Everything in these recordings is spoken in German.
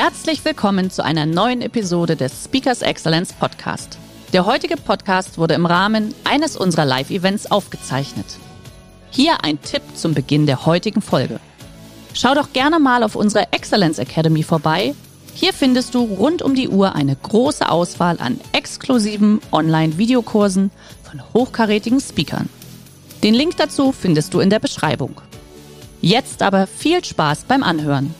Herzlich willkommen zu einer neuen Episode des Speakers Excellence Podcast. Der heutige Podcast wurde im Rahmen eines unserer Live-Events aufgezeichnet. Hier ein Tipp zum Beginn der heutigen Folge. Schau doch gerne mal auf unserer Excellence Academy vorbei. Hier findest du rund um die Uhr eine große Auswahl an exklusiven Online-Videokursen von hochkarätigen Speakern. Den Link dazu findest du in der Beschreibung. Jetzt aber viel Spaß beim Anhören.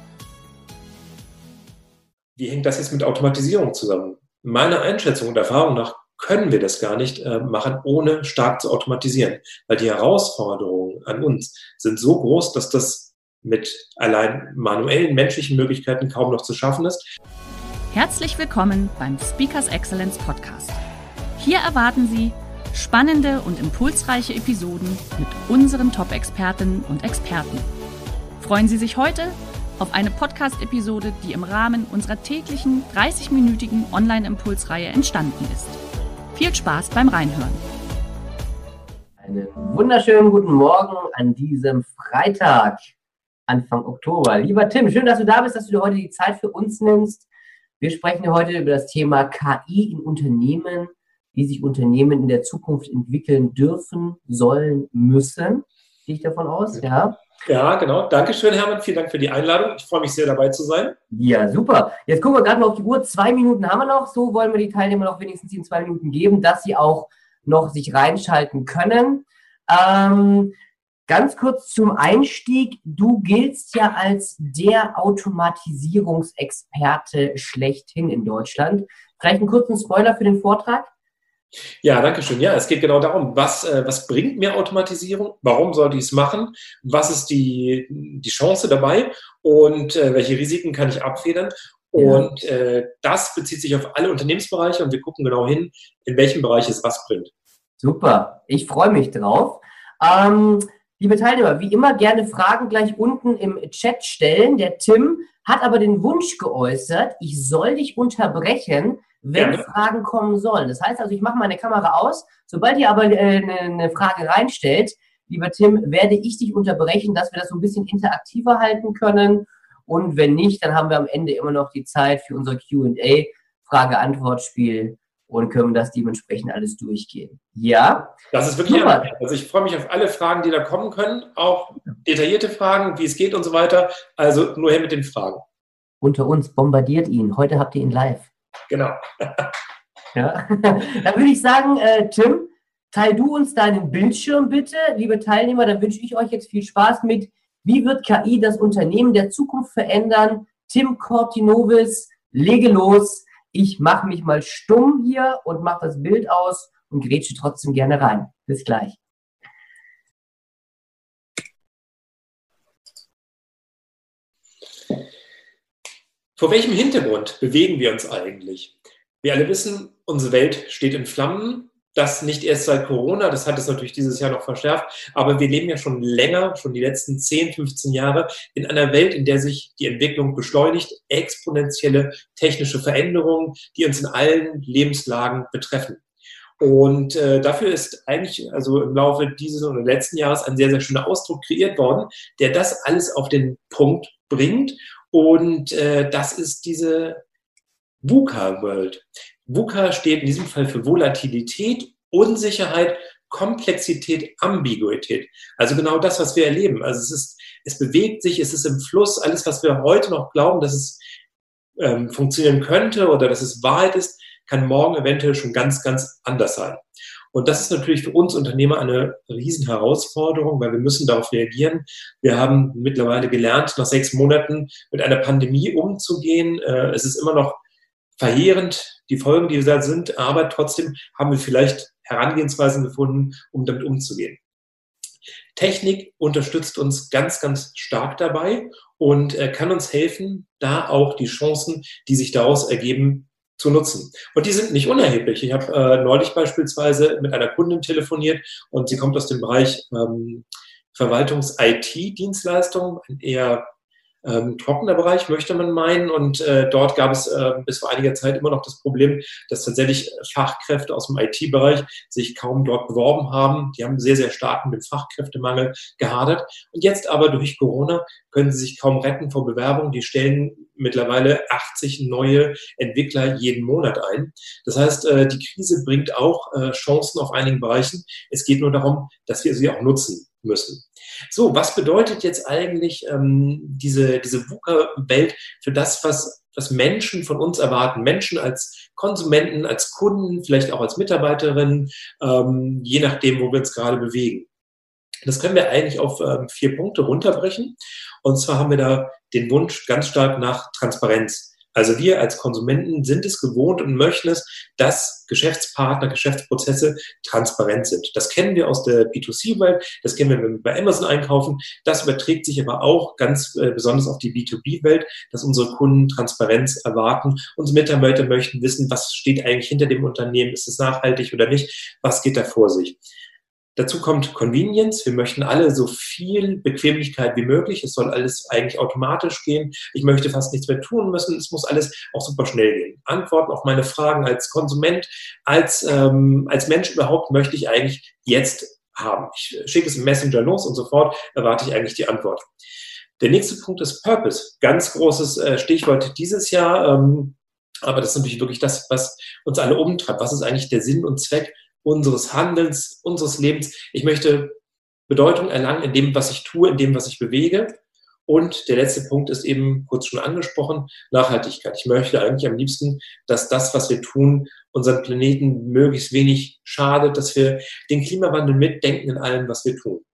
Wie hängt das jetzt mit Automatisierung zusammen? Meiner Einschätzung und Erfahrung nach können wir das gar nicht machen, ohne stark zu automatisieren. Weil die Herausforderungen an uns sind so groß, dass das mit allein manuellen menschlichen Möglichkeiten kaum noch zu schaffen ist. Herzlich willkommen beim Speakers Excellence Podcast. Hier erwarten Sie spannende und impulsreiche Episoden mit unseren Top-Expertinnen und Experten. Freuen Sie sich heute auf eine Podcast-Episode, die im Rahmen unserer täglichen 30-minütigen Online-Impulsreihe entstanden ist. Viel Spaß beim Reinhören. Einen wunderschönen guten Morgen an diesem Freitag, Anfang Oktober. Lieber Tim, schön, dass du da bist, dass du dir heute die Zeit für uns nimmst. Wir sprechen heute über das Thema KI in Unternehmen, wie sich Unternehmen in der Zukunft entwickeln dürfen, sollen, müssen. Gehe ich davon aus? Ja. Ja, genau. Dankeschön, Hermann. Vielen Dank für die Einladung. Ich freue mich sehr, dabei zu sein. Ja, super. Jetzt gucken wir gerade mal auf die Uhr. 2 Minuten haben wir noch. So wollen wir die Teilnehmer noch wenigstens in 2 Minuten geben, dass sie auch noch sich reinschalten können. Ganz kurz zum Einstieg. Du giltst ja als der Automatisierungsexperte schlechthin in Deutschland. Vielleicht einen kurzen Spoiler für den Vortrag? Ja, danke schön. Ja, es geht genau darum, was bringt mir Automatisierung? Warum sollte ich es machen? Was ist die Chance dabei? Und welche Risiken kann ich abfedern? Und das bezieht sich auf alle Unternehmensbereiche und wir gucken genau hin, in welchem Bereich es was bringt. Super, ich freue mich drauf. Liebe Teilnehmer, wie immer gerne Fragen gleich unten im Chat stellen. Der Tim hat aber den Wunsch geäußert, ich soll dich unterbrechen, wenn Fragen kommen sollen. Das heißt also, ich mache meine Kamera aus. Sobald ihr aber eine Frage reinstellt, lieber Tim, werde ich dich unterbrechen, dass wir das so ein bisschen interaktiver halten können. Und wenn nicht, dann haben wir am Ende immer noch die Zeit für unser Q&A, Frage-Antwort-Spiel und können das dementsprechend alles durchgehen. Ja? Das ist wirklich super. Also ich freue mich auf alle Fragen, die da kommen können, auch detaillierte Fragen, wie es geht und so weiter. Also nur her mit den Fragen. Unter uns, bombardiert ihn. Heute habt ihr ihn live. Genau. Ja. Dann würde ich sagen, Tim, teil du uns deinen Bildschirm bitte. Liebe Teilnehmer, dann wünsche ich euch jetzt viel Spaß mit, wie wird KI das Unternehmen der Zukunft verändern? Tim Cortinovis, lege los. Ich mache mich mal stumm hier und mache das Bild aus und grätsche trotzdem gerne rein. Bis gleich. Vor welchem Hintergrund bewegen wir uns eigentlich? Wir alle wissen, unsere Welt steht in Flammen. Das nicht erst seit Corona, das hat es natürlich dieses Jahr noch verschärft, aber wir leben ja schon länger, schon die letzten 10, 15 Jahre, in einer Welt, in der sich die Entwicklung beschleunigt, exponentielle technische Veränderungen, die uns in allen Lebenslagen betreffen. Und dafür ist eigentlich also im Laufe dieses oder letzten Jahres ein sehr, sehr schöner Ausdruck kreiert worden, der das alles auf den Punkt bringt. Und das ist diese VUCA-World. VUCA steht in diesem Fall für Volatilität, Unsicherheit, Komplexität, Ambiguität. Also genau das, was wir erleben. Also es bewegt sich, es ist im Fluss. Alles, was wir heute noch glauben, dass es funktionieren könnte oder dass es Wahrheit ist, kann morgen eventuell schon ganz, ganz anders sein. Und das ist natürlich für uns Unternehmer eine riesen Herausforderung, weil wir müssen darauf reagieren. Wir haben mittlerweile gelernt, nach 6 Monaten mit einer Pandemie umzugehen. Es ist immer noch verheerend, die Folgen, die da sind, aber trotzdem haben wir vielleicht Herangehensweisen gefunden, um damit umzugehen. Technik unterstützt uns ganz, ganz stark dabei und kann uns helfen, da auch die Chancen, die sich daraus ergeben, zu nutzen. Und die sind nicht unerheblich. Ich habe neulich beispielsweise mit einer Kundin telefoniert und sie kommt aus dem Bereich Verwaltungs-IT-Dienstleistungen, ein eher trockener Bereich, möchte man meinen. Und dort gab es bis vor einiger Zeit immer noch das Problem, dass tatsächlich Fachkräfte aus dem IT-Bereich sich kaum dort beworben haben. Die haben sehr, sehr stark mit dem Fachkräftemangel gehadert. Und jetzt aber durch Corona können sie sich kaum retten vor Bewerbungen. Die stellen mittlerweile 80 neue Entwickler jeden Monat ein. Das heißt, die Krise bringt auch Chancen auf einigen Bereichen. Es geht nur darum, dass wir sie auch nutzen müssen. So, was bedeutet jetzt eigentlich diese VUCA-Welt für das, was Menschen von uns erwarten? Menschen als Konsumenten, als Kunden, vielleicht auch als Mitarbeiterinnen, je nachdem, wo wir uns gerade bewegen. Das können wir eigentlich auf 4 Punkte runterbrechen. Und zwar haben wir da den Wunsch ganz stark nach Transparenz. Also wir als Konsumenten sind es gewohnt und möchten es, dass Geschäftspartner, Geschäftsprozesse transparent sind. Das kennen wir aus der B2C-Welt, das kennen wir, wenn wir bei Amazon einkaufen. Das überträgt sich aber auch ganz besonders auf die B2B-Welt, dass unsere Kunden Transparenz erwarten. Unsere Mitarbeiter möchten wissen, was steht eigentlich hinter dem Unternehmen, ist es nachhaltig oder nicht, was geht da vor sich. Dazu kommt Convenience. Wir möchten alle so viel Bequemlichkeit wie möglich. Es soll alles eigentlich automatisch gehen. Ich möchte fast nichts mehr tun müssen. Es muss alles auch super schnell gehen. Antworten auf meine Fragen als Konsument, als Mensch überhaupt möchte ich eigentlich jetzt haben. Ich schicke es im Messenger los und sofort erwarte ich eigentlich die Antwort. Der nächste Punkt ist Purpose. Ganz großes Stichwort dieses Jahr. Aber das ist natürlich wirklich das, was uns alle umtreibt. Was ist eigentlich der Sinn und Zweck unseres Handelns, unseres Lebens? Ich möchte Bedeutung erlangen in dem, was ich tue, in dem, was ich bewege. Und der letzte Punkt ist eben kurz schon angesprochen, Nachhaltigkeit. Ich möchte eigentlich am liebsten, dass das, was wir tun, unseren Planeten möglichst wenig schadet, dass wir den Klimawandel mitdenken in allem, was wir tun.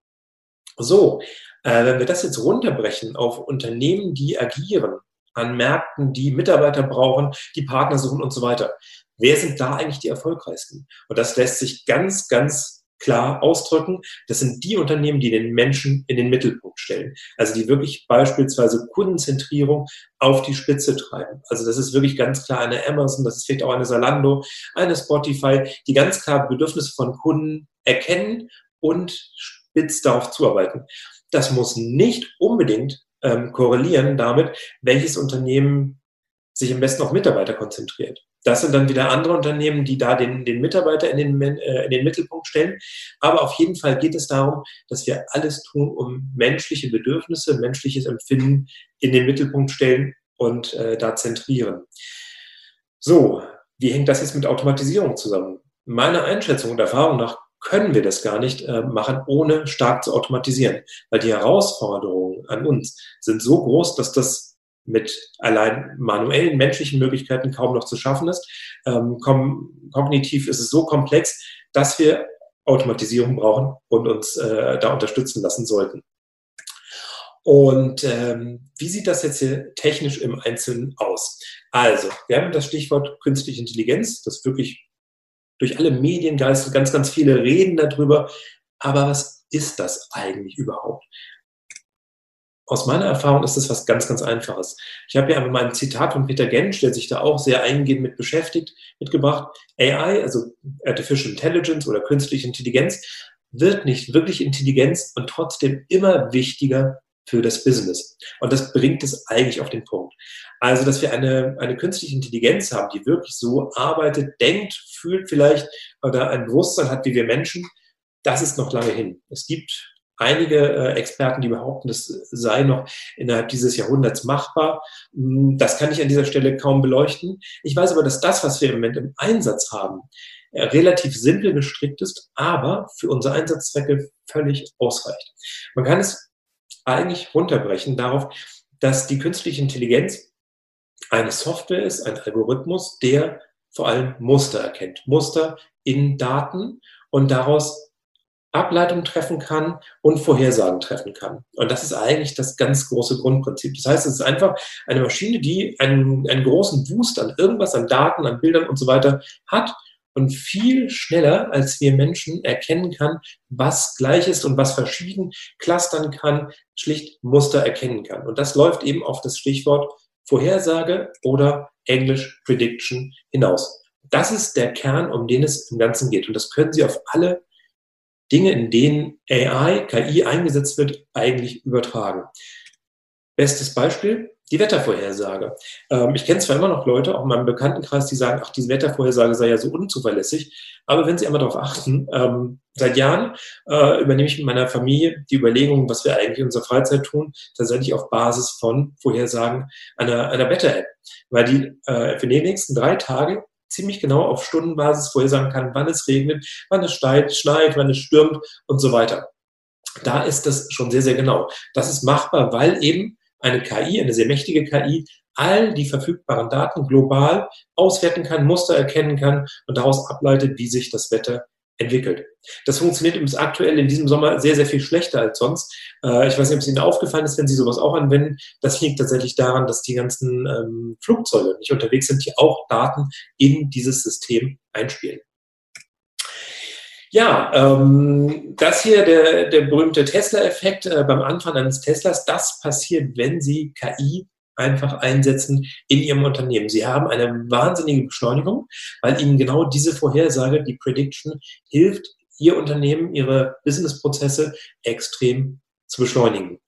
So, wenn wir das jetzt runterbrechen auf Unternehmen, die agieren, an Märkten, die Mitarbeiter brauchen, die Partner suchen und so weiter. Wer sind da eigentlich die erfolgreichsten? Und das lässt sich ganz, ganz klar ausdrücken. Das sind die Unternehmen, die den Menschen in den Mittelpunkt stellen. Also die wirklich beispielsweise Kundenzentrierung auf die Spitze treiben. Also das ist wirklich ganz klar eine Amazon, das ist vielleicht auch eine Zalando, eine Spotify, die ganz klar Bedürfnisse von Kunden erkennen und spitz darauf zuarbeiten. Das muss nicht unbedingt korrelieren damit, welches Unternehmen sich am besten auf Mitarbeiter konzentriert. Das sind dann wieder andere Unternehmen, die da den Mitarbeiter in den Mittelpunkt stellen. Aber auf jeden Fall geht es darum, dass wir alles tun, um menschliche Bedürfnisse, menschliches Empfinden in den Mittelpunkt stellen und da zentrieren. So, wie hängt das jetzt mit Automatisierung zusammen? Meiner Einschätzung und Erfahrung nach können wir das gar nicht machen, ohne stark zu automatisieren. Weil die Herausforderungen an uns sind so groß, dass das mit allein manuellen, menschlichen Möglichkeiten kaum noch zu schaffen ist. Kognitiv ist es so komplex, dass wir Automatisierung brauchen und uns da unterstützen lassen sollten. Und wie sieht das jetzt hier technisch im Einzelnen aus? Also, wir haben das Stichwort künstliche Intelligenz, das wirklich durch alle Medien geistert, ganz, ganz viele reden darüber. Aber was ist das eigentlich überhaupt? Aus meiner Erfahrung ist das was ganz, ganz Einfaches. Ich habe hier einmal mal ein Zitat von Peter Gentsch, der sich da auch sehr eingehend mit beschäftigt, mitgebracht. AI, also Artificial Intelligence oder künstliche Intelligenz, wird nicht wirklich Intelligenz und trotzdem immer wichtiger für das Business. Und das bringt es eigentlich auf den Punkt. Also, dass wir eine künstliche Intelligenz haben, die wirklich so arbeitet, denkt, fühlt vielleicht oder ein Bewusstsein hat wie wir Menschen, das ist noch lange hin. Es gibt einige Experten, die behaupten, das sei noch innerhalb dieses Jahrhunderts machbar. Das kann ich an dieser Stelle kaum beleuchten. Ich weiß aber, dass das, was wir im Moment im Einsatz haben, relativ simpel gestrickt ist, aber für unsere Einsatzzwecke völlig ausreicht. Man kann es eigentlich runterbrechen darauf, dass die künstliche Intelligenz eine Software ist, ein Algorithmus, der vor allem Muster erkennt. Muster in Daten und daraus Ableitungen treffen kann und Vorhersagen treffen kann. Und das ist eigentlich das ganz große Grundprinzip. Das heißt, es ist einfach eine Maschine, die einen großen Wust an irgendwas, an Daten, an Bildern und so weiter hat und viel schneller als wir Menschen erkennen kann, was gleich ist und was verschieden clustern kann, schlicht Muster erkennen kann. Und das läuft eben auf das Stichwort Vorhersage oder Englisch Prediction hinaus. Das ist der Kern, um den es im Ganzen geht. Und das können Sie auf alle Dinge, in denen AI, KI eingesetzt wird, eigentlich übertragen. Bestes Beispiel, die Wettervorhersage. Ich kenne zwar immer noch Leute, auch in meinem Bekanntenkreis, die sagen, ach, diese Wettervorhersage sei ja so unzuverlässig, aber wenn Sie einmal darauf achten, seit Jahren übernehme ich mit meiner Familie die Überlegung, was wir eigentlich in unserer Freizeit tun, tatsächlich auf Basis von Vorhersagen einer Wetter-App, weil die für die nächsten 3 Tage ziemlich genau auf Stundenbasis vorhersagen kann, wann es regnet, wann es schneit, wann es stürmt und so weiter. Da ist das schon sehr, sehr genau. Das ist machbar, weil eben eine KI, eine sehr mächtige KI, all die verfügbaren Daten global auswerten kann, Muster erkennen kann und daraus ableitet, wie sich das Wetter entwickelt. Das funktioniert übrigens aktuell in diesem Sommer sehr, sehr viel schlechter als sonst. Ich weiß nicht, ob es Ihnen aufgefallen ist, wenn Sie sowas auch anwenden. Das liegt tatsächlich daran, dass die ganzen Flugzeuge nicht unterwegs sind, die auch Daten in dieses System einspielen. Ja, das hier, der berühmte Tesla-Effekt beim Anfang eines Teslas, das passiert, wenn Sie KI einfach einsetzen in Ihrem Unternehmen. Sie haben eine wahnsinnige Beschleunigung, weil Ihnen genau diese Vorhersage, die Prediction, hilft, Ihr Unternehmen, Ihre Businessprozesse extrem zu beschleunigen.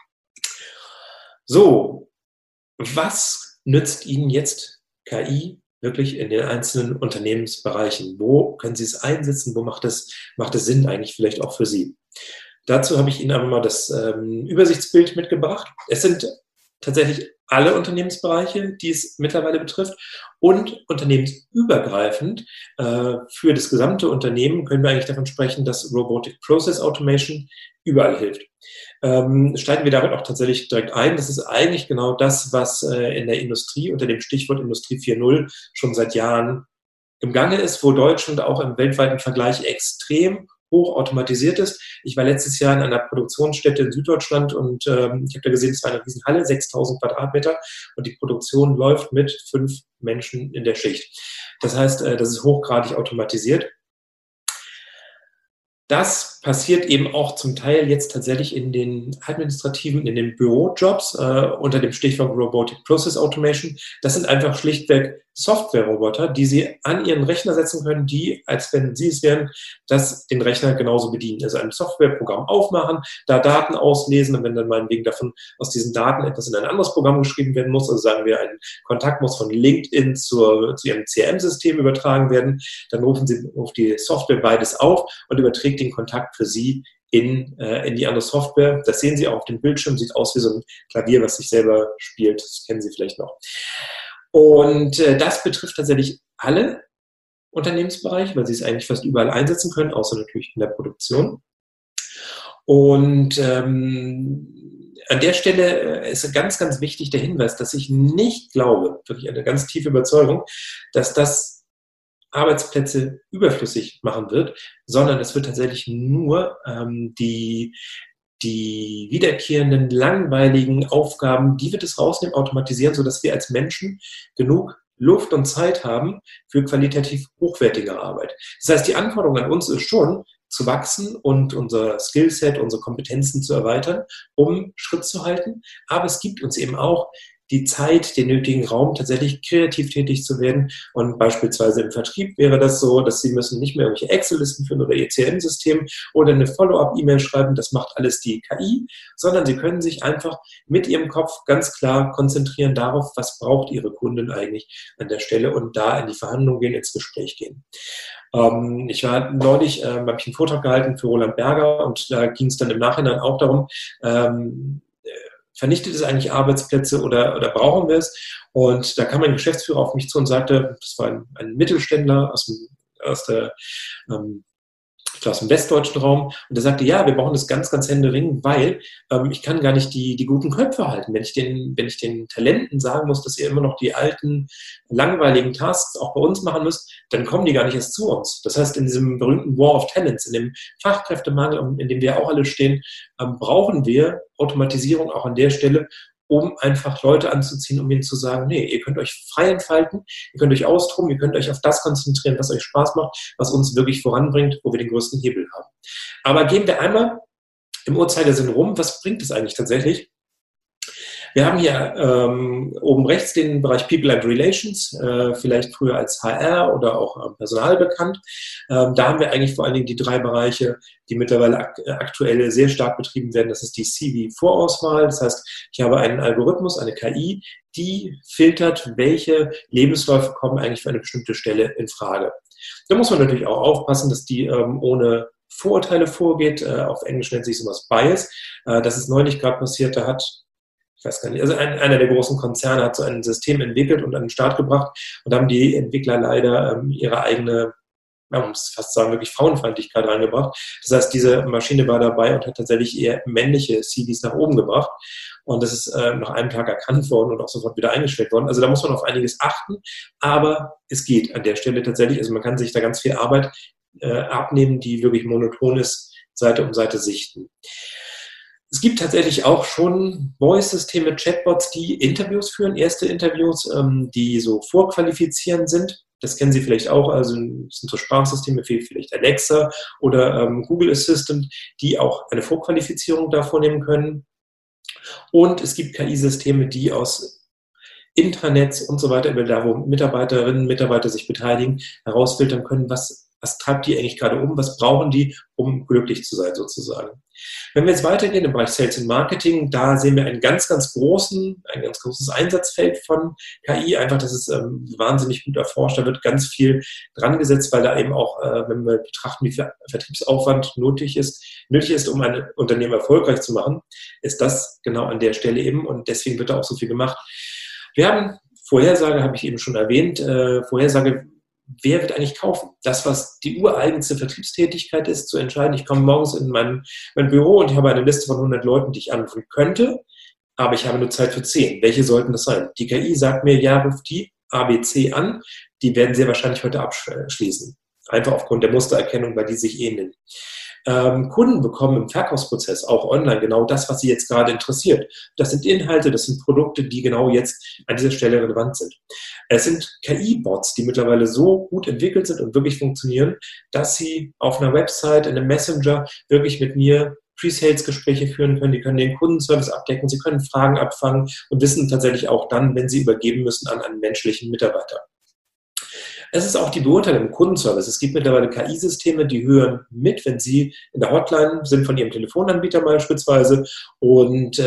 So, was nützt Ihnen jetzt KI wirklich in den einzelnen Unternehmensbereichen? Wo können Sie es einsetzen? Wo macht es Sinn eigentlich vielleicht auch für Sie? Dazu habe ich Ihnen aber mal das Übersichtsbild mitgebracht. Es sind tatsächlich alle Unternehmensbereiche, die es mittlerweile betrifft, und unternehmensübergreifend für das gesamte Unternehmen können wir eigentlich davon sprechen, dass Robotic Process Automation überall hilft. Steigen wir damit auch tatsächlich direkt ein. Das ist eigentlich genau das, was in der Industrie unter dem Stichwort Industrie 4.0 schon seit Jahren im Gange ist, wo Deutschland auch im weltweiten Vergleich extrem hoch automatisiert ist. Ich war letztes Jahr in einer Produktionsstätte in Süddeutschland und ich habe da gesehen, es war eine Riesenhalle, 6.000 Quadratmeter und die Produktion läuft mit 5 Menschen in der Schicht. Das heißt, das ist hochgradig automatisiert. Das passiert eben auch zum Teil jetzt tatsächlich in den administrativen, in den Bürojobs unter dem Stichwort Robotic Process Automation. Das sind einfach schlichtweg Software-Roboter, die Sie an Ihren Rechner setzen können, die, als wenn Sie es wären, den Rechner genauso bedienen. Also ein Softwareprogramm aufmachen, da Daten auslesen und wenn dann meinetwegen davon aus diesen Daten etwas in ein anderes Programm geschrieben werden muss, also sagen wir, ein Kontakt muss von LinkedIn zu Ihrem CRM-System übertragen werden, dann ruft die Software beides auf und überträgt den Kontakt für Sie in die andere Software. Das sehen Sie auch auf dem Bildschirm, sieht aus wie so ein Klavier, was sich selber spielt. Das kennen Sie vielleicht noch. Und das betrifft tatsächlich alle Unternehmensbereiche, weil Sie es eigentlich fast überall einsetzen können, außer natürlich in der Produktion. Und an der Stelle ist ganz, ganz wichtig der Hinweis, dass ich nicht glaube, wirklich eine ganz tiefe Überzeugung, dass das Arbeitsplätze überflüssig machen wird, sondern es wird tatsächlich nur die wiederkehrenden, langweiligen Aufgaben, die wird es rausnehmen, automatisieren, sodass wir als Menschen genug Luft und Zeit haben für qualitativ hochwertige Arbeit. Das heißt, die Anforderung an uns ist schon, zu wachsen und unser Skillset, unsere Kompetenzen zu erweitern, um Schritt zu halten. Aber es gibt uns eben auch die Zeit, den nötigen Raum, tatsächlich kreativ tätig zu werden. Und beispielsweise im Vertrieb wäre das so, dass Sie müssen nicht mehr irgendwelche Excel-Listen führen oder Ihr CRM-System oder eine Follow-up-E-Mail schreiben. Das macht alles die KI, sondern Sie können sich einfach mit Ihrem Kopf ganz klar konzentrieren darauf, was braucht Ihre Kundin eigentlich an der Stelle und da in die Verhandlung gehen, ins Gespräch gehen. Ich war neulich, habe ich einen Vortrag gehalten für Roland Berger und da ging es dann im Nachhinein auch darum, vernichtet es eigentlich Arbeitsplätze oder brauchen wir es? Und da kam ein Geschäftsführer auf mich zu und sagte, das war ein Mittelständler aus dem westdeutschen Raum. Und er sagte, ja, wir brauchen das ganz, ganz händeringend, weil ich kann gar nicht die guten Köpfe halten. Wenn ich den Talenten sagen muss, dass ihr immer noch die alten, langweiligen Tasks auch bei uns machen müsst, dann kommen die gar nicht erst zu uns. Das heißt, in diesem berühmten War of Talents, in dem Fachkräftemangel, in dem wir auch alle stehen, brauchen wir Automatisierung auch an der Stelle, um einfach Leute anzuziehen, um ihnen zu sagen, nee, ihr könnt euch frei entfalten, ihr könnt euch austoben, ihr könnt euch auf das konzentrieren, was euch Spaß macht, was uns wirklich voranbringt, wo wir den größten Hebel haben. Aber gehen wir einmal im Uhrzeigersinn rum, was bringt es eigentlich tatsächlich? Wir haben hier oben rechts den Bereich People and Relations, vielleicht früher als HR oder auch Personal bekannt. Da haben wir eigentlich vor allen Dingen die 3 Bereiche, die mittlerweile aktuell sehr stark betrieben werden. Das ist die CV-Vorauswahl. Das heißt, ich habe einen Algorithmus, eine KI, die filtert, welche Lebensläufe kommen eigentlich für eine bestimmte Stelle in Frage. Da muss man natürlich auch aufpassen, dass die ohne Vorurteile vorgeht. Auf Englisch nennt sich sowas Bias. Das ist neulich gerade passiert. Da hat, ich weiß gar nicht, also einer der großen Konzerne hat so ein System entwickelt und an den Start gebracht. Und da haben die Entwickler leider ihre eigene, man muss fast sagen, wirklich Frauenfeindlichkeit reingebracht. Das heißt, diese Maschine war dabei und hat tatsächlich eher männliche CVs nach oben gebracht. Und das ist nach einem Tag erkannt worden und auch sofort wieder eingestellt worden. Also da muss man auf einiges achten. Aber es geht an der Stelle tatsächlich. Also man kann sich da ganz viel Arbeit abnehmen, die wirklich monoton ist, Seite um Seite sichten. Es gibt tatsächlich auch schon Voice-Systeme, Chatbots, die Interviews führen, erste Interviews, die so vorqualifizierend sind. Das kennen Sie vielleicht auch, also das sind so Sprachsysteme wie vielleicht Alexa oder Google Assistant, die auch eine Vorqualifizierung da vornehmen können. Und es gibt KI-Systeme, die aus Intranets und so weiter, da wo Mitarbeiterinnen und Mitarbeiter sich beteiligen, herausfiltern können, was treibt die eigentlich gerade um, was brauchen die, um glücklich zu sein sozusagen. Wenn wir jetzt weitergehen im Bereich Sales und Marketing, da sehen wir ein ganz großes Einsatzfeld von KI, einfach, das ist wahnsinnig gut erforscht, da wird ganz viel dran gesetzt, weil da eben auch, wenn wir betrachten, wie viel Vertriebsaufwand nötig ist, um ein Unternehmen erfolgreich zu machen, ist das genau an der Stelle eben und deswegen wird da auch so viel gemacht. Wir haben Vorhersage, habe ich eben schon erwähnt, Vorhersage, wer wird eigentlich kaufen? Das, was die ureigenste Vertriebstätigkeit ist, zu entscheiden. Ich komme morgens in mein Büro und ich habe eine Liste von 100 Leuten, die ich anrufen könnte, aber ich habe nur Zeit für 10. Welche sollten das sein? Die KI sagt mir, ja, ruf die ABC an. Die werden sehr wahrscheinlich heute abschließen. Einfach aufgrund der Mustererkennung, weil die sich ähneln. Kunden bekommen im Verkaufsprozess, auch online, genau das, was sie jetzt gerade interessiert. Das sind Inhalte, das sind Produkte, die genau jetzt an dieser Stelle relevant sind. Es sind KI-Bots, die mittlerweile so gut entwickelt sind und wirklich funktionieren, dass sie auf einer Website, in einem Messenger wirklich mit mir Pre-Sales-Gespräche führen können. Die können den Kundenservice abdecken, sie können Fragen abfangen und wissen tatsächlich auch dann, wenn sie übergeben müssen an einen menschlichen Mitarbeiter. Es ist auch die Beurteilung im Kundenservice. Es gibt mittlerweile KI-Systeme, die hören mit, wenn Sie in der Hotline sind von Ihrem Telefonanbieter beispielsweise und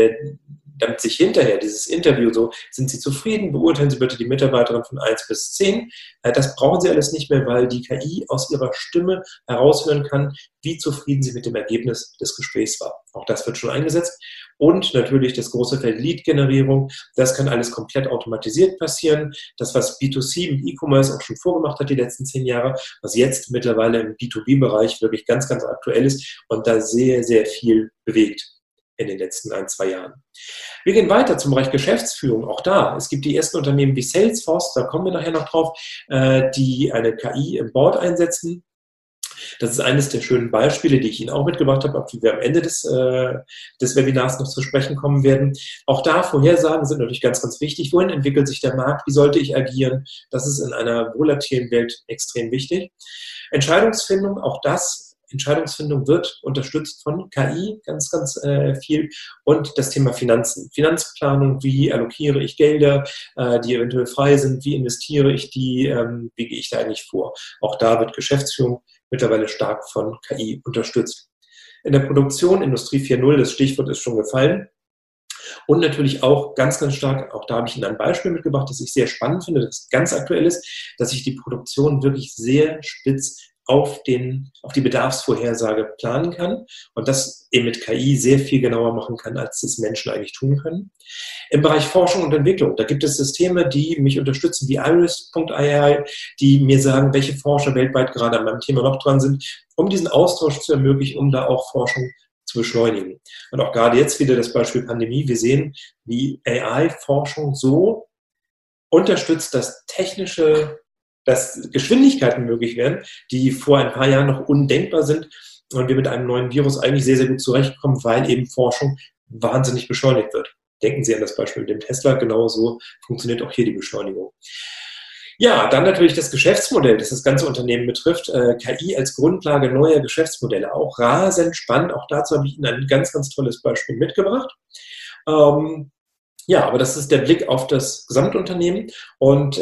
damit sich hinterher dieses Interview so, sind Sie zufrieden, beurteilen Sie bitte die Mitarbeiterin von 1 bis 10. Das brauchen Sie alles nicht mehr, weil die KI aus Ihrer Stimme heraushören kann, wie zufrieden Sie mit dem Ergebnis des Gesprächs war. Auch das wird schon eingesetzt. Und natürlich das große Feld Lead-Generierung. Das kann alles komplett automatisiert passieren. Das, was B2C mit E-Commerce auch schon vorgemacht hat die letzten 10 Jahre, was jetzt mittlerweile im B2B-Bereich wirklich ganz, ganz aktuell ist und da sehr, sehr viel bewegt in den letzten 1-2 Jahren. Wir gehen weiter zum Bereich Geschäftsführung. Auch da, es gibt die ersten Unternehmen wie Salesforce, da kommen wir nachher noch drauf, die eine KI im Board einsetzen. Das ist eines der schönen Beispiele, die ich Ihnen auch mitgebracht habe, auf die wir am Ende des Webinars noch zu sprechen kommen werden. Auch da Vorhersagen sind natürlich ganz, ganz wichtig. Wohin entwickelt sich der Markt? Wie sollte ich agieren? Das ist in einer volatilen Welt extrem wichtig. Entscheidungsfindung, auch das. Entscheidungsfindung wird unterstützt von KI ganz, ganz viel und das Thema Finanzen. Finanzplanung, wie allokiere ich Gelder, die eventuell frei sind, wie investiere ich die, wie gehe ich da eigentlich vor. Auch da wird Geschäftsführung mittlerweile stark von KI unterstützt. In der Produktion, Industrie 4.0, das Stichwort ist schon gefallen. Und natürlich auch ganz, ganz stark, auch da habe ich Ihnen ein Beispiel mitgebracht, das ich sehr spannend finde, das ganz aktuell ist, dass ich die Produktion wirklich sehr spitz auf die Bedarfsvorhersage planen kann und das eben mit KI sehr viel genauer machen kann, als es Menschen eigentlich tun können. Im Bereich Forschung und Entwicklung, da gibt es Systeme, die mich unterstützen, wie Iris.ai, die mir sagen, welche Forscher weltweit gerade an meinem Thema noch dran sind, um diesen Austausch zu ermöglichen, um da auch Forschung zu beschleunigen. Und auch gerade jetzt wieder das Beispiel Pandemie. Wir sehen, wie AI-Forschung so unterstützt, dass Geschwindigkeiten möglich werden, die vor ein paar Jahren noch undenkbar sind und wir mit einem neuen Virus eigentlich sehr, sehr gut zurechtkommen, weil eben Forschung wahnsinnig beschleunigt wird. Denken Sie an das Beispiel mit dem Tesla, genauso funktioniert auch hier die Beschleunigung. Ja, dann natürlich das Geschäftsmodell, das das ganze Unternehmen betrifft. KI als Grundlage neuer Geschäftsmodelle, auch rasend spannend. Auch dazu habe ich Ihnen ein ganz, ganz tolles Beispiel mitgebracht. Ja, aber das ist der Blick auf das Gesamtunternehmen. Und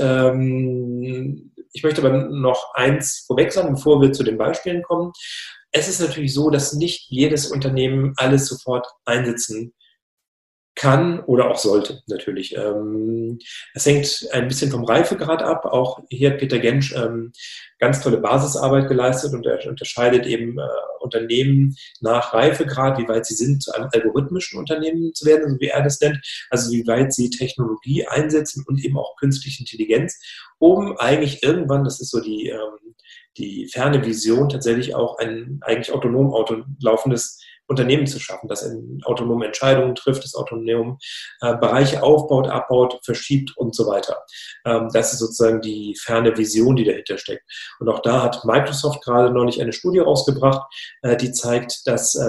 ich möchte aber noch eins vorweg sagen, bevor wir zu den Beispielen kommen. Es ist natürlich so, dass nicht jedes Unternehmen alles sofort einsetzen kann oder auch sollte, natürlich. Es hängt ein bisschen vom Reifegrad ab. Auch hier hat Peter Gentsch ganz tolle Basisarbeit geleistet und er unterscheidet eben Unternehmen nach Reifegrad, wie weit sie sind, zu einem algorithmischen Unternehmen zu werden, so wie er das nennt. Also wie weit sie Technologie einsetzen und eben auch künstliche Intelligenz, um eigentlich irgendwann, das ist so die ferne Vision, tatsächlich auch ein eigentlich autonom laufendes Unternehmen zu schaffen, das in autonome Entscheidungen trifft, das autonom Bereiche aufbaut, abbaut, verschiebt und so weiter. Das ist sozusagen die ferne Vision, die dahinter steckt. Und auch da hat Microsoft gerade neulich eine Studie rausgebracht, die zeigt, dass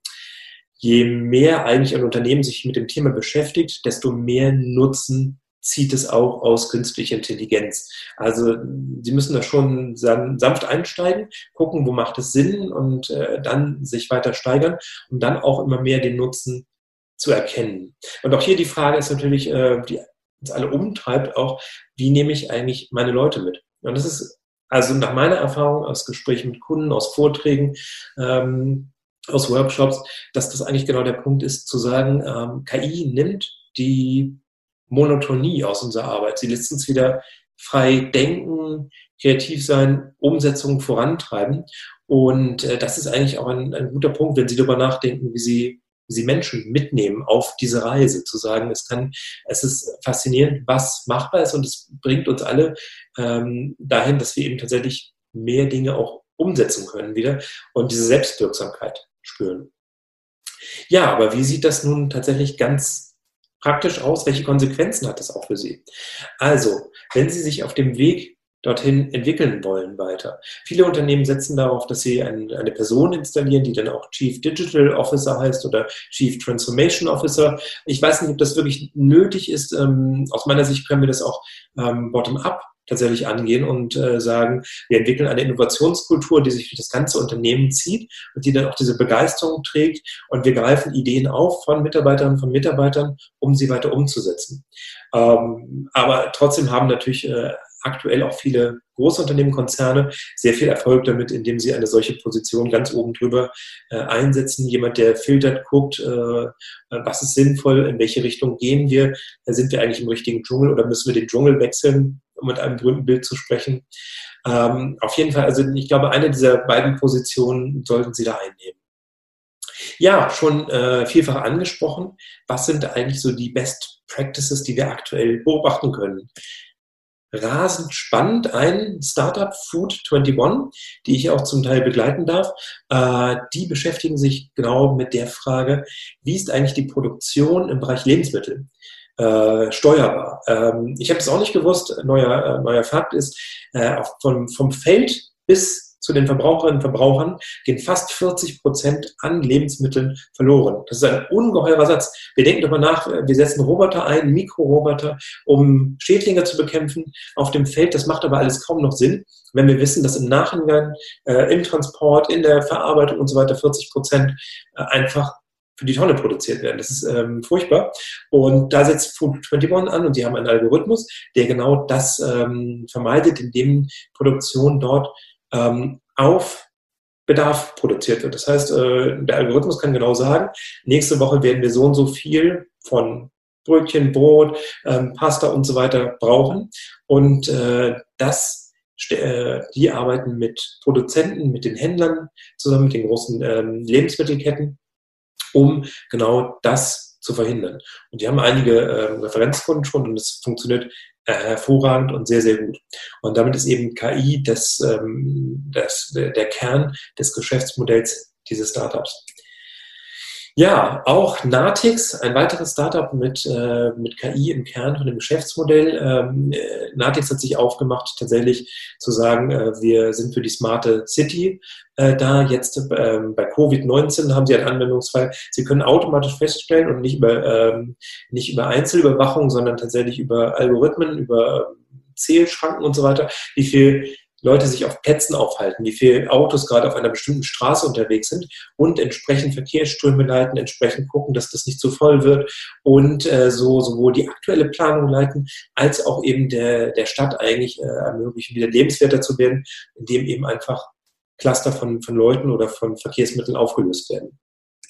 je mehr eigentlich ein Unternehmen sich mit dem Thema beschäftigt, desto mehr Nutzen zieht es auch aus künstlicher Intelligenz. Also Sie müssen da schon sanft einsteigen, gucken, wo macht es Sinn und dann sich weiter steigern, um dann auch immer mehr den Nutzen zu erkennen. Und auch hier die Frage ist natürlich, die uns alle umtreibt, auch, wie nehme ich eigentlich meine Leute mit? Und das ist also nach meiner Erfahrung aus Gesprächen mit Kunden, aus Vorträgen, aus Workshops, dass das eigentlich genau der Punkt ist, zu sagen, KI nimmt die Monotonie aus unserer Arbeit. Sie lässt uns wieder frei denken, kreativ sein, Umsetzungen vorantreiben. Und das ist eigentlich auch ein guter Punkt, wenn Sie darüber nachdenken, wie Sie Menschen mitnehmen auf diese Reise, zu sagen, es ist faszinierend, was machbar ist und es bringt uns alle dahin, dass wir eben tatsächlich mehr Dinge auch umsetzen können wieder und diese Selbstwirksamkeit spüren. Ja, aber wie sieht das nun tatsächlich ganz praktisch aus? Welche Konsequenzen hat das auch für Sie? Also, wenn Sie sich auf dem Weg dorthin entwickeln wollen weiter. Viele Unternehmen setzen darauf, dass sie eine Person installieren, die dann auch Chief Digital Officer heißt oder Chief Transformation Officer. Ich weiß nicht, ob das wirklich nötig ist. Aus meiner Sicht können wir das auch bottom-up tatsächlich angehen und sagen, wir entwickeln eine Innovationskultur, die sich durch das ganze Unternehmen zieht und die dann auch diese Begeisterung trägt und wir greifen Ideen auf von Mitarbeiterinnen von Mitarbeitern, um sie weiter umzusetzen. Aber trotzdem haben natürlich aktuell auch viele Großunternehmen, Konzerne sehr viel Erfolg damit, indem sie eine solche Position ganz oben drüber einsetzen. Jemand, der filtert, guckt, was ist sinnvoll, in welche Richtung gehen wir, sind wir eigentlich im richtigen Dschungel oder müssen wir den Dschungel wechseln, um mit einem berühmten Bild zu sprechen. Auf jeden Fall, also ich glaube, eine dieser beiden Positionen sollten Sie da einnehmen. Ja, schon vielfach angesprochen. Was sind eigentlich so die Best Practices, die wir aktuell beobachten können? Rasend spannend, ein Startup, Food21, die ich auch zum Teil begleiten darf, die beschäftigen sich genau mit der Frage, wie ist eigentlich die Produktion im Bereich Lebensmittel steuerbar. Ich habe es auch nicht gewusst, neuer Fakt ist, vom Feld bis zu den Verbraucherinnen und Verbrauchern gehen fast 40% an Lebensmitteln verloren. Das ist ein ungeheurer Satz. Wir denken darüber nach, wir setzen Roboter ein, Mikroroboter, um Schädlinge zu bekämpfen auf dem Feld. Das macht aber alles kaum noch Sinn, wenn wir wissen, dass im Nachhinein, im Transport, in der Verarbeitung und so weiter 40% einfach für die Tonne produziert werden. Das ist furchtbar. Und da setzt Food21 an und die haben einen Algorithmus, der genau das vermeidet, indem Produktion dort auf Bedarf produziert wird. Das heißt, der Algorithmus kann genau sagen, nächste Woche werden wir so und so viel von Brötchen, Brot, Pasta und so weiter brauchen. Und die arbeiten mit Produzenten, mit den Händlern, zusammen mit den großen Lebensmittelketten, um genau das zu verhindern. Und die haben einige Referenzkunden schon und es funktioniert hervorragend und sehr, sehr gut. Und damit ist eben KI der Kern des Geschäftsmodells dieses Startups. Ja, auch Natix, ein weiteres Startup mit KI im Kern von dem Geschäftsmodell. Natix hat sich aufgemacht, tatsächlich zu sagen, wir sind für die smarte City da. Jetzt bei Covid-19 haben sie einen Anwendungsfall. Sie können automatisch feststellen und nicht über Einzelüberwachung, sondern tatsächlich über Algorithmen, über Zählschranken und so weiter, wie viel Leute sich auf Plätzen aufhalten, wie viele Autos gerade auf einer bestimmten Straße unterwegs sind und entsprechend Verkehrsströme leiten, entsprechend gucken, dass das nicht zu voll wird und sowohl die aktuelle Planung leiten, als auch eben der Stadt eigentlich ermöglichen, wieder lebenswerter zu werden, indem eben einfach Cluster von Leuten oder von Verkehrsmitteln aufgelöst werden.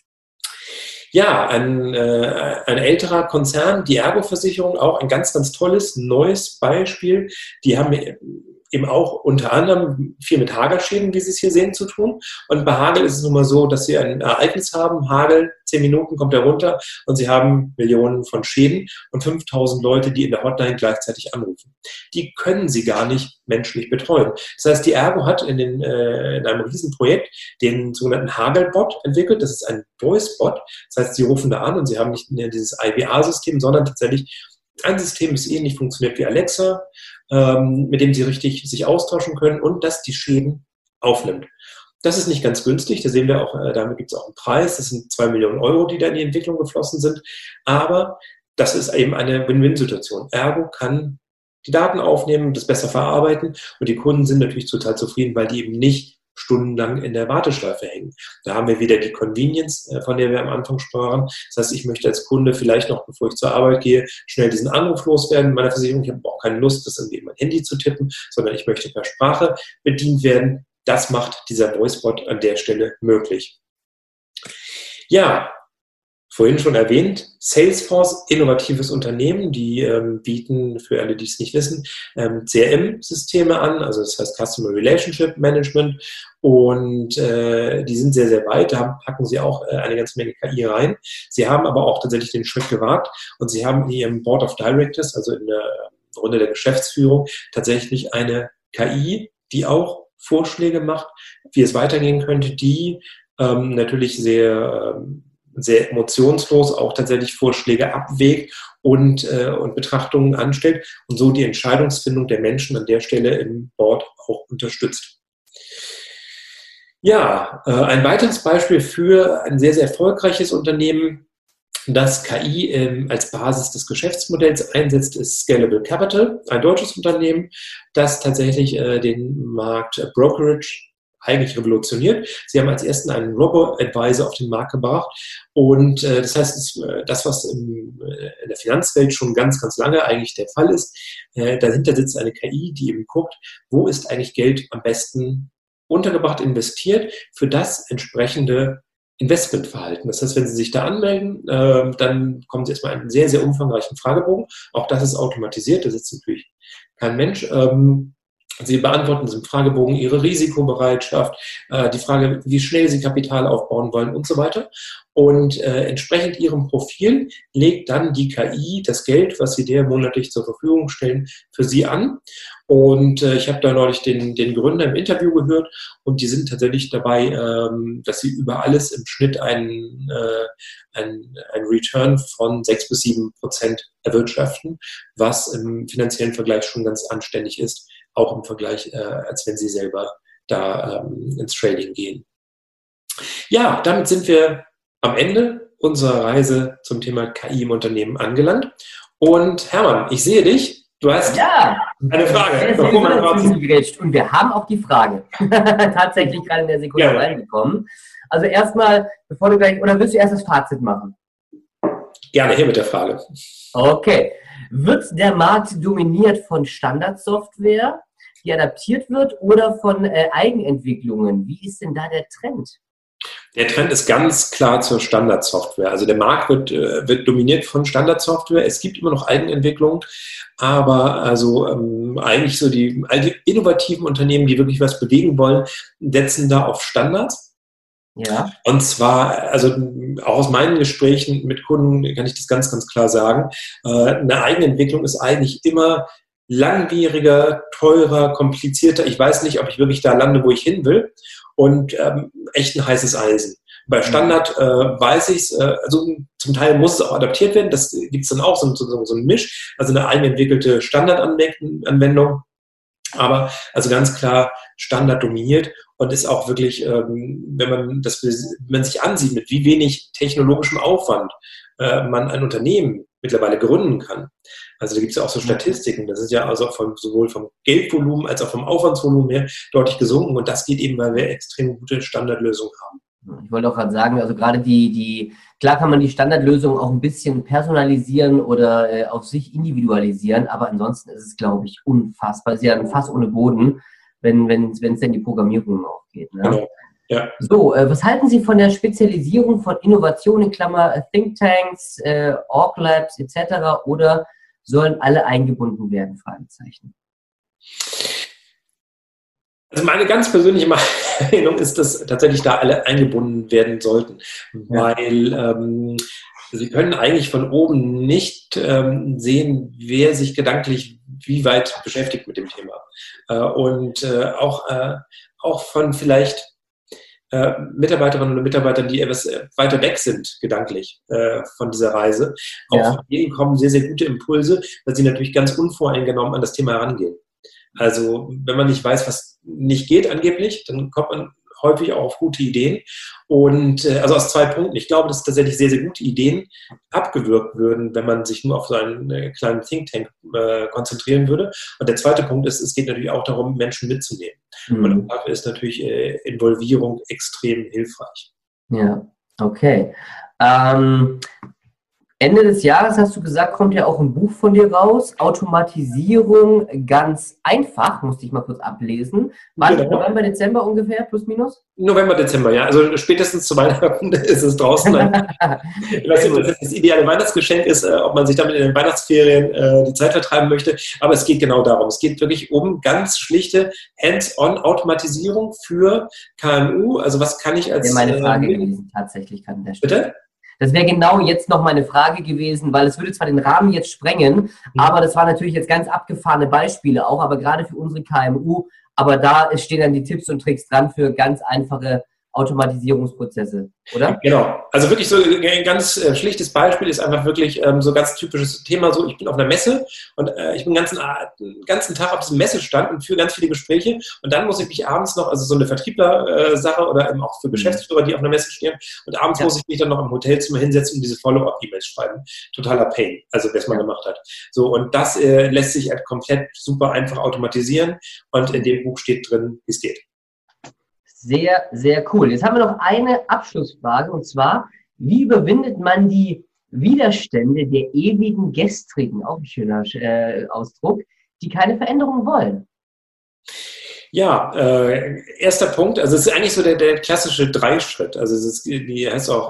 Ja, ein älterer Konzern, die Ergo-Versicherung, auch ein ganz, ganz tolles, neues Beispiel. Die haben eben auch unter anderem viel mit Hagelschäden, wie Sie es hier sehen, zu tun. Und bei Hagel ist es nun mal so, dass Sie ein Ereignis haben, Hagel, 10 Minuten kommt er runter und Sie haben Millionen von Schäden und 5000 Leute, die in der Hotline gleichzeitig anrufen. Die können Sie gar nicht menschlich betreuen. Das heißt, die Ergo hat in einem Riesenprojekt den sogenannten Hagelbot entwickelt. Das ist ein Voice-Bot. Das heißt, Sie rufen da an und Sie haben nicht mehr dieses IVR-System, sondern tatsächlich ein System, das ähnlich funktioniert wie Alexa, mit dem Sie richtig sich austauschen können und das die Schäden aufnimmt. Das ist nicht ganz günstig, da sehen wir auch, damit gibt es auch einen Preis, das sind 2 Millionen Euro, die da in die Entwicklung geflossen sind, aber das ist eben eine Win-Win-Situation. Ergo kann die Daten aufnehmen, das besser verarbeiten und die Kunden sind natürlich total zufrieden, weil die eben nicht stundenlang in der Warteschleife hängen. Da haben wir wieder die Convenience, von der wir am Anfang sprachen. Das heißt, ich möchte als Kunde vielleicht noch, bevor ich zur Arbeit gehe, schnell diesen Anruf loswerden. Meiner Versicherung, ich habe auch keine Lust, das irgendwie in mein Handy zu tippen, sondern ich möchte per Sprache bedient werden. Das macht dieser Voicebot an der Stelle möglich. Ja, vorhin schon erwähnt, Salesforce, innovatives Unternehmen, die bieten, für alle, die es nicht wissen, CRM-Systeme an, also das heißt Customer Relationship Management und die sind sehr, sehr weit, da packen sie auch eine ganze Menge KI rein. Sie haben aber auch tatsächlich den Schritt gewagt und sie haben in ihrem Board of Directors, also in der Runde der Geschäftsführung, tatsächlich eine KI, die auch Vorschläge macht, wie es weitergehen könnte, die natürlich sehr emotionslos auch tatsächlich Vorschläge abwägt und Betrachtungen anstellt und so die Entscheidungsfindung der Menschen an der Stelle im Board auch unterstützt. Ja, ein weiteres Beispiel für ein sehr, sehr erfolgreiches Unternehmen, das KI als Basis des Geschäftsmodells einsetzt, ist Scalable Capital, ein deutsches Unternehmen, das tatsächlich den Markt Brokerage eigentlich revolutioniert. Sie haben als ersten einen Robo-Advisor auf den Markt gebracht und das heißt, das, was in der Finanzwelt schon ganz, ganz lange eigentlich der Fall ist, dahinter sitzt eine KI, die eben guckt, wo ist eigentlich Geld am besten untergebracht, investiert für das entsprechende Investmentverhalten. Das heißt, wenn Sie sich da anmelden, dann kommen Sie erstmal einen sehr, sehr umfangreichen Fragebogen. Auch das ist automatisiert, da sitzt natürlich kein Mensch. Sie beantworten in diesem Fragebogen Ihre Risikobereitschaft, die Frage, wie schnell Sie Kapital aufbauen wollen und so weiter. Und entsprechend Ihrem Profil legt dann die KI das Geld, was Sie der monatlich zur Verfügung stellen, für Sie an. Und ich habe da neulich den Gründer im Interview gehört und die sind tatsächlich dabei, dass sie über alles im Schnitt ein Return von 6-7% erwirtschaften, was im finanziellen Vergleich schon ganz anständig ist, auch im Vergleich, als wenn sie selber da ins Trading gehen. Ja, damit sind wir am Ende unserer Reise zum Thema KI im Unternehmen angelangt. Und Hermann, ich sehe dich. Du hast eine Frage. Und wir haben auch die Frage tatsächlich gerade in der Sekunde reingekommen. Also erstmal, bevor du gleich, oder willst du erst das Fazit machen? Gerne, hier mit der Frage. Okay. Wird der Markt dominiert von Standardsoftware, die adaptiert wird, oder von Eigenentwicklungen? Wie ist denn da der Trend? Der Trend ist ganz klar zur Standardsoftware. Also der Markt wird dominiert von Standardsoftware. Es gibt immer noch Eigenentwicklung, aber also eigentlich so die innovativen Unternehmen, die wirklich was bewegen wollen, setzen da auf Standards. Ja. Und zwar, also auch aus meinen Gesprächen mit Kunden kann ich das ganz, ganz klar sagen. Eine Eigenentwicklung ist eigentlich immer langwieriger, teurer, komplizierter. Ich weiß nicht, ob ich wirklich da lande, wo ich hin will. Und echt ein heißes Eisen. Bei Standard weiß ich es, also zum Teil muss es auch adaptiert werden, das gibt es dann auch, so ein Misch, also eine eigenentwickelte Standardanwendung, aber also ganz klar Standard dominiert und ist auch wirklich, wenn man sich ansieht, mit wie wenig technologischem Aufwand man ein Unternehmen mittlerweile gründen kann. Also da gibt es ja auch so Statistiken, das ist ja also sowohl vom Geldvolumen als auch vom Aufwandsvolumen her deutlich gesunken und das geht eben, weil wir extrem gute Standardlösungen haben. Ich wollte auch gerade sagen, also gerade klar kann man die Standardlösung auch ein bisschen personalisieren oder auf sich individualisieren, aber ansonsten ist es, glaube ich, unfassbar. Es ist ja ein Fass ohne Boden, wenn es denn die Programmierung auch geht. Ne? Genau. Ja. So, was halten Sie von der Spezialisierung von Innovationen, in Klammer Thinktanks, Org Labs etc. oder sollen alle eingebunden werden? Fragezeichen. Also meine ganz persönliche Meinung ist, dass tatsächlich da alle eingebunden werden sollten, weil sie können eigentlich von oben nicht sehen, wer sich gedanklich wie weit beschäftigt mit dem Thema. Und auch von vielleicht Mitarbeiterinnen und Mitarbeitern, die etwas weiter weg sind, gedanklich von dieser Reise. Auch von denen kommen sehr, sehr gute Impulse, weil sie natürlich ganz unvoreingenommen an das Thema herangehen. Also wenn man nicht weiß, was nicht geht angeblich, dann kommt man häufig auch auf gute Ideen. Und also aus 2 Punkten. Ich glaube, dass tatsächlich sehr, sehr gute Ideen abgewürgt würden, wenn man sich nur auf so einen kleinen Think Tank konzentrieren würde. Und der zweite Punkt ist, es geht natürlich auch darum, Menschen mitzunehmen. Und dafür ist natürlich Involvierung extrem hilfreich. Ja, okay. Ende des Jahres, hast du gesagt, kommt ja auch ein Buch von dir raus. Automatisierung ganz einfach, musste ich mal kurz ablesen. Wann? Genau. November, Dezember ungefähr, plus minus? November, Dezember, ja. Also spätestens zu Weihnachten ist es draußen. Ich weiß nicht, ob das ideale Weihnachtsgeschenk ist, ob man sich damit in den Weihnachtsferien die Zeit vertreiben möchte. Aber es geht genau darum. Es geht wirklich um ganz schlichte Hands-on-Automatisierung für KMU. Also was kann ich als... Das wäre meine Frage gewesen, tatsächlich. Bitte? Das wäre genau jetzt noch meine Frage gewesen, weil es würde zwar den Rahmen jetzt sprengen, aber das waren natürlich jetzt ganz abgefahrene Beispiele auch, aber gerade für unsere KMU, aber da stehen dann die Tipps und Tricks dran für ganz einfache Automatisierungsprozze, oder? Genau. Also wirklich so ein ganz schlichtes Beispiel ist einfach wirklich so ganz typisches Thema. So, ich bin auf einer Messe und ich bin den ganzen Tag auf diesem Messestand und führe ganz viele Gespräche und dann muss ich mich abends noch, also so eine Vertriebler-Sache oder eben auch für Geschäftsführer, die auf einer Messe stehen und abends muss ich mich dann noch im Hotelzimmer hinsetzen und diese Follow-up-E-Mails schreiben. Totaler Pain, also wer es mal gemacht hat. So, und das lässt sich halt komplett super einfach automatisieren und in dem Buch steht drin, wie es geht. Sehr, sehr cool. Jetzt haben wir noch eine Abschlussfrage und zwar, wie überwindet man die Widerstände der ewigen Gestrigen, auch ein schöner Ausdruck, die keine Veränderung wollen? Ja, erster Punkt, also es ist eigentlich so der klassische Dreischritt, also die heißt auch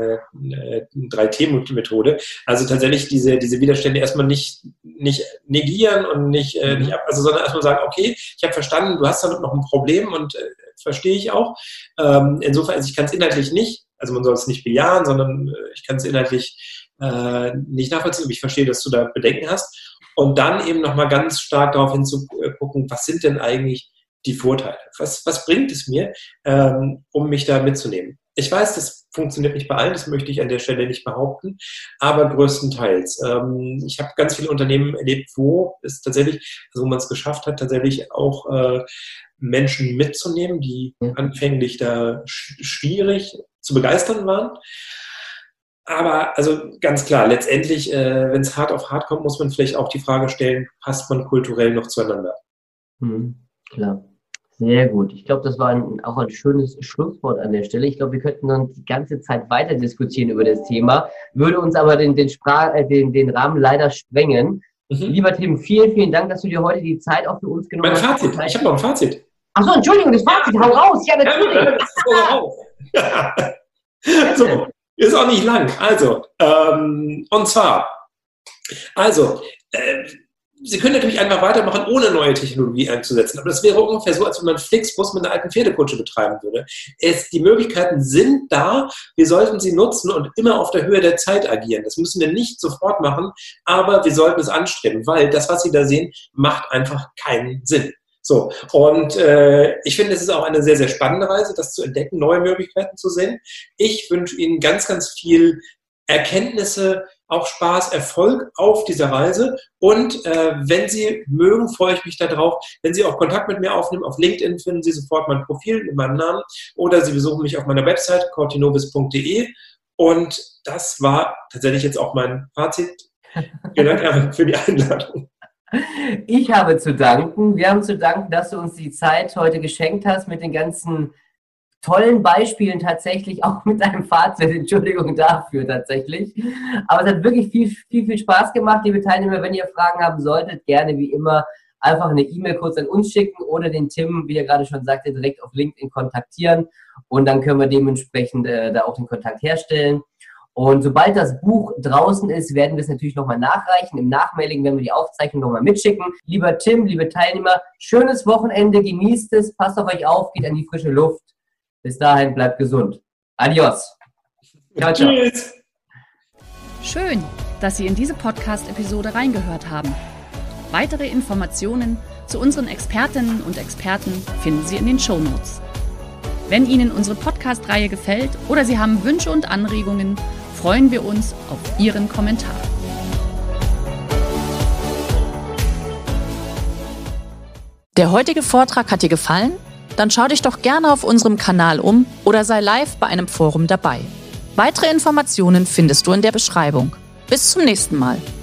3T-Methode, also tatsächlich diese Widerstände erstmal nicht negieren und nicht sondern erstmal sagen, okay, ich habe verstanden, du hast damit noch ein Problem und verstehe ich auch. Insofern, also ich kann es inhaltlich nicht, also man soll es nicht bejahen, sondern ich kann es inhaltlich nicht nachvollziehen, aber ich verstehe, dass du da Bedenken hast. Und dann eben nochmal ganz stark darauf hinzugucken, was sind denn eigentlich die Vorteile? Was bringt es mir, um mich da mitzunehmen? Ich weiß, das funktioniert nicht bei allen, das möchte ich an der Stelle nicht behaupten, aber größtenteils. Ich habe ganz viele Unternehmen erlebt, wo es tatsächlich, also wo man es geschafft hat, tatsächlich auch Menschen mitzunehmen, die anfänglich da schwierig zu begeistern waren. Aber also ganz klar, letztendlich, wenn es hart auf hart kommt, muss man vielleicht auch die Frage stellen, passt man kulturell noch zueinander? Klar, sehr gut. Ich glaube, das war auch ein schönes Schlusswort an der Stelle. Ich glaube, wir könnten dann die ganze Zeit weiter diskutieren über das Thema, würde uns aber den Rahmen leider sprengen. Lieber Tim, vielen, vielen Dank, dass du dir heute die Zeit auch für uns genommen hast. Mein Fazit, ich habe noch ein Fazit. Achso, Entschuldigung, das Fazit, hau raus. Ja, natürlich. So, ist auch nicht lang. Also, und zwar, Sie können natürlich einfach weitermachen, ohne neue Technologie einzusetzen. Aber das wäre ungefähr so, als wenn man Flixbus mit einer alten Pferdekutsche betreiben würde. Die Möglichkeiten sind da. Wir sollten sie nutzen und immer auf der Höhe der Zeit agieren. Das müssen wir nicht sofort machen, aber wir sollten es anstreben, weil das, was Sie da sehen, macht einfach keinen Sinn. So, und ich finde, es ist auch eine sehr, sehr spannende Reise, das zu entdecken, neue Möglichkeiten zu sehen. Ich wünsche Ihnen ganz, ganz viel Erkenntnisse, auch Spaß, Erfolg auf dieser Reise. Und wenn Sie mögen, freue ich mich darauf, wenn Sie auch Kontakt mit mir aufnehmen. Auf LinkedIn finden Sie sofort mein Profil mit meinem Namen oder Sie besuchen mich auf meiner Website cortinovis.de. Und das war tatsächlich jetzt auch mein Fazit. Vielen Dank, Erwin, für die Einladung. Ich habe zu danken. Wir haben zu danken, dass du uns die Zeit heute geschenkt hast mit den ganzen tollen Beispielen tatsächlich, auch mit deinem Fazit. Entschuldigung dafür tatsächlich. Aber es hat wirklich viel Spaß gemacht, liebe Teilnehmer. Wenn ihr Fragen haben solltet, gerne wie immer einfach eine E-Mail kurz an uns schicken oder den Tim, wie er gerade schon sagte, direkt auf LinkedIn kontaktieren. Und dann können wir dementsprechend da auch den Kontakt herstellen. Und sobald das Buch draußen ist, werden wir es natürlich nochmal nachreichen. Im Nachmailing werden wir die Aufzeichnung nochmal mitschicken. Lieber Tim, liebe Teilnehmer, schönes Wochenende, genießt es, passt auf euch auf, geht an die frische Luft. Bis dahin, bleibt gesund. Adios. Ciao, ciao. Tschüss. Schön, dass Sie in diese Podcast-Episode reingehört haben. Weitere Informationen zu unseren Expertinnen und Experten finden Sie in den Shownotes. Wenn Ihnen unsere Podcast-Reihe gefällt oder Sie haben Wünsche und Anregungen, freuen wir uns auf Ihren Kommentar. Der heutige Vortrag hat dir gefallen? Dann schau dich doch gerne auf unserem Kanal um oder sei live bei einem Forum dabei. Weitere Informationen findest du in der Beschreibung. Bis zum nächsten Mal.